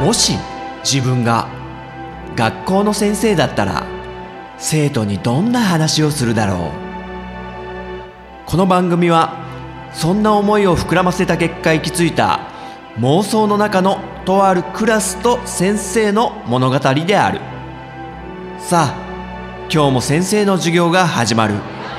もし自分が学校の先生だったら生徒にどんな話をするだろう。この番組はそんな思いを膨らませた結果行き着いた妄想の中のとあるクラスと先生の物語である。さあ今日も先生の授業が始まる。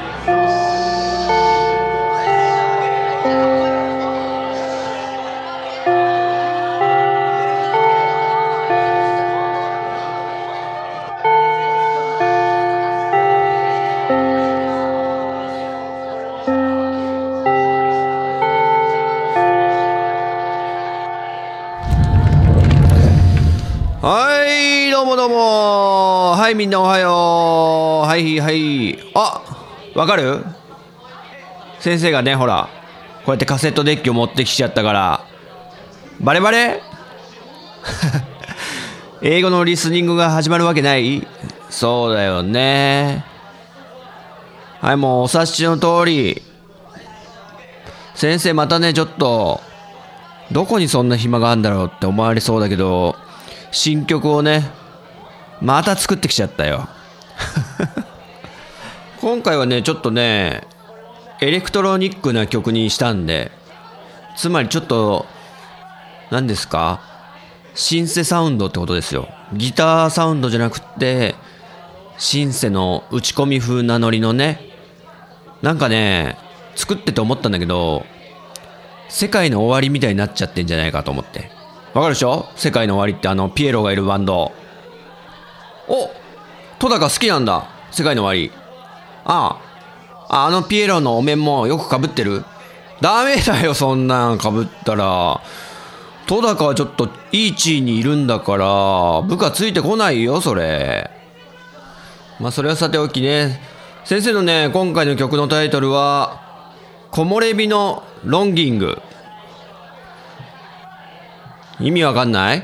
はいどうもどうも、はいみんなおはよう、はいはい。あ、わかる？先生がね、ほらこうやってカセットデッキを持ってきちゃったからバレバレ英語のリスニングが始まるわけない？そうだよね。はい、もうお察しの通り先生またね、ちょっとどこにそんな暇があるんだろうって思われそうだけど、新曲をねまた作ってきちゃったよ今回はねちょっとねエレクトロニックな曲にしたんで、つまりちょっと何ですか、シンセサウンドってことですよ。ギターサウンドじゃなくってシンセの打ち込み風なノリのね、なんかね作ってて思ったんだけど、世界の終わりみたいになっちゃってんじゃないかと思って。わかるでしょ？世界の終わりってピエロがいるバンド。お、戸高好きなんだ、世界の終わり。ピエロのお面もよくかぶってる？ダメだよ、そんなんかぶったら。戸高はちょっといい地位にいるんだから部下ついてこないよ、それ。まあそれはさておきね、先生のね今回の曲のタイトルは木漏れ日のロンギング。意味わかんない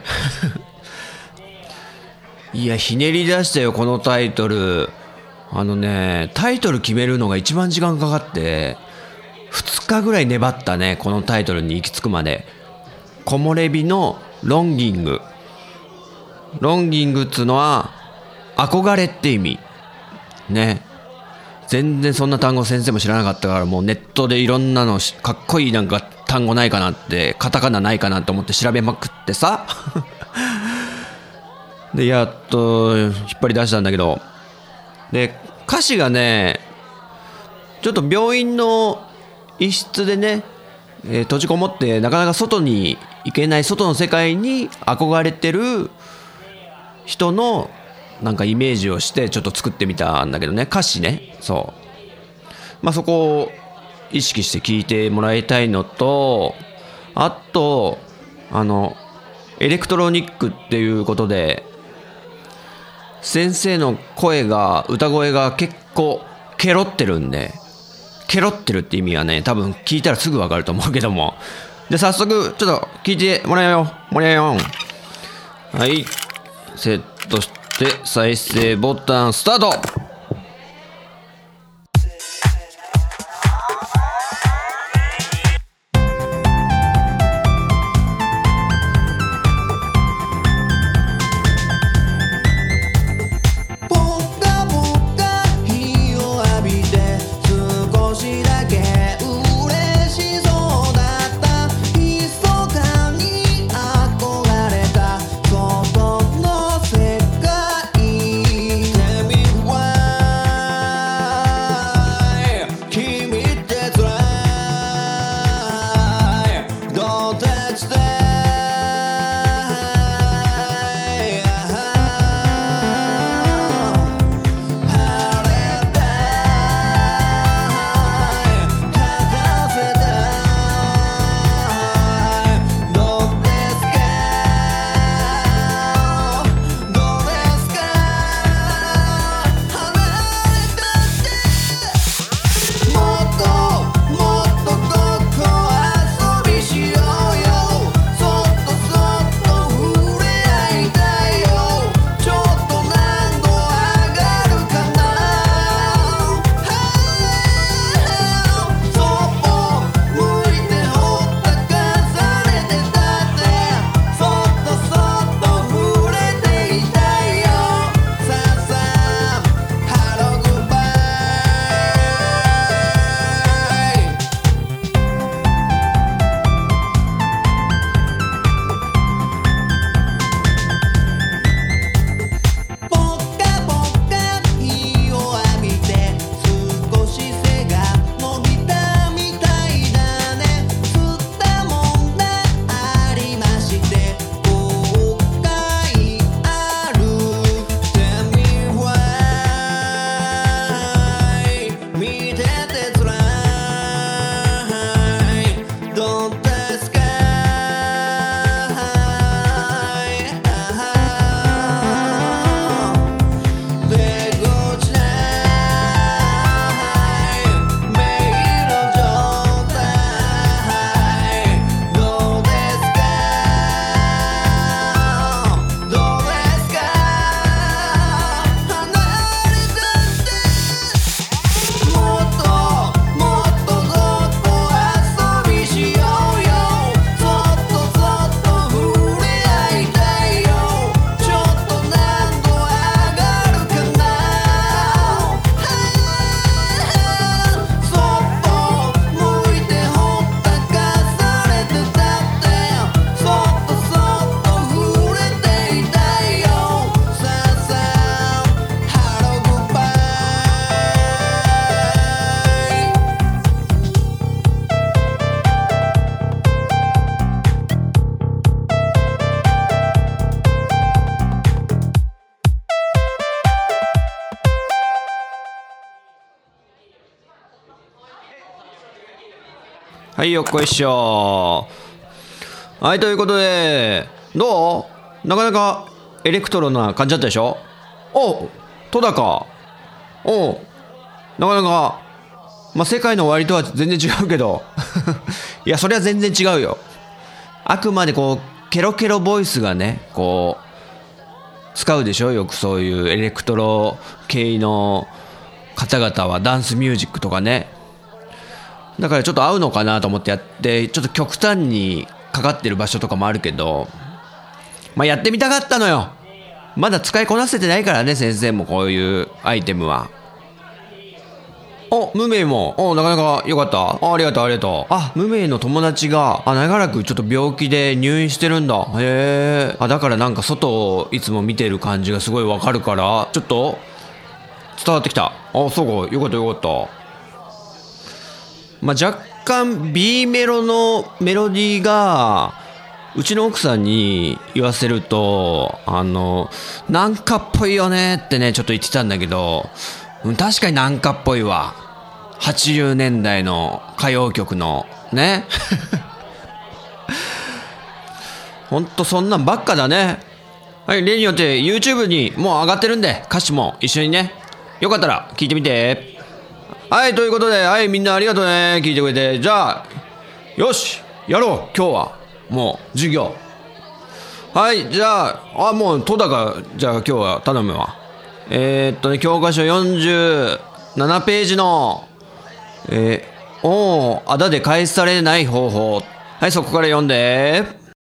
いや、ひねり出したよこのタイトル。タイトル決めるのが一番時間かかって2日ぐらい粘ったね、このタイトルに行き着くまで。木漏れ日のロンギング。ロンギングっつうのは憧れって意味ね。全然そんな単語先生も知らなかったから、もうネットでいろんなのかっこいいなんか単語ないかなって、カタカナないかなと思って調べまくってさでやっと引っ張り出したんだけど、で歌詞がねちょっと病院の一室でね、閉じこもってなかなか外に行けない、外の世界に憧れてる人のなんかイメージをしてちょっと作ってみたんだけどね、歌詞ね。そう、まあそこを意識して聞いてもらいたいのと、あとエレクトロニックっていうことで先生の声が、歌声が結構ケロってるんで、ケロってるって意味はね多分聞いたらすぐ分かると思うけども、で早速ちょっと聞いてもらえよう。はい、セットして再生ボタンスタート。 はい、よっこいしょ。はい、ということで、どう？なかなかエレクトロな感じだったでしょ？お、戸高。お、なかなか、世界の終わりとは全然違うけどいや、それは全然違うよ。あくまでこうケロケロボイスがね、こう使うでしょ、よくそういうエレクトロ系の方々は。ダンスミュージックとかね。だからちょっと合うのかなと思ってやって、ちょっと極端にかかってる場所とかもあるけど、やってみたかったのよ。まだ使いこなせてないからね、先生も。こういうアイテムは。無名も、なかなか良かった。ありがとうありがとう。無名の友達が長らくちょっと病気で入院してるんだ。へえ。だからなんか外をいつも見てる感じがすごいわかるから、ちょっと伝わってきた。そうか、よかったよかった。若干 B メロのメロディーが、うちの奥さんに言わせるとなんかっぽいよねってね、ちょっと言ってたんだけど、確かになんかっぽいわ。80年代の歌謡曲のねほんとそんなんばっかだね。はい、例によって YouTube にもう上がってるんで、歌詞も一緒にね、よかったら聞いてみて。はい、ということで、はい、みんなありがとうね、聞いてくれて。じゃあよし、やろう。今日はもう授業。はい、じゃあもう戸高、じゃあ今日は頼むわ。教科書47ページのあだで返されない方法。はい、そこから読んで。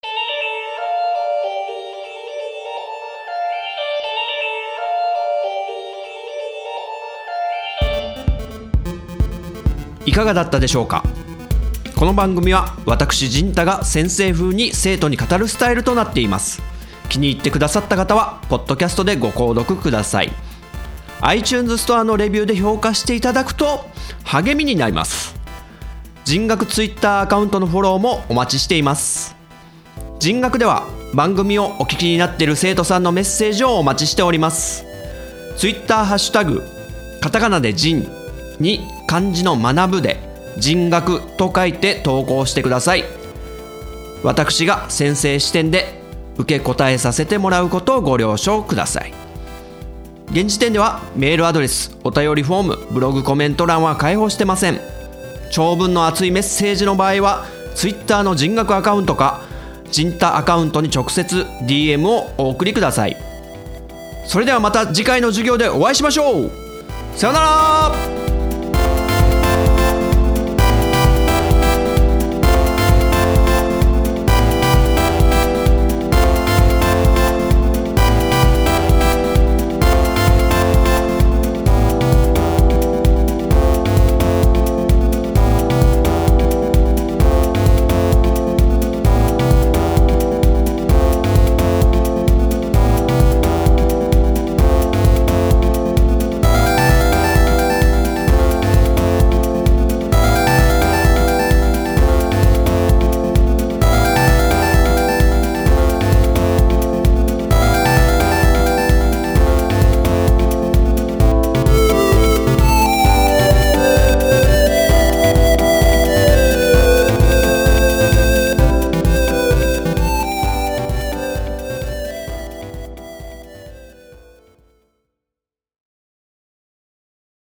いかがだったでしょうか。この番組は私陣太が先生風に生徒に語るスタイルとなっています。気に入ってくださった方はポッドキャストでご購読ください。 iTunes ストアのレビューで評価していただくと励みになります。人学 Twitter アカウントのフォローもお待ちしています。人学では番組をお聞きになっている生徒さんのメッセージをお待ちしております。 Twitter ハッシュタグカタカナで人に漢字の学ぶで人学と書いて投稿してください。私が先生視点で受け答えさせてもらうことをご了承ください。現時点ではメールアドレス、お便りフォーム、ブログコメント欄は開放してません。長文の熱いメッセージの場合は Twitter の人学アカウントか人太アカウントに直接 DM をお送りください。それではまた次回の授業でお会いしましょう。さよなら。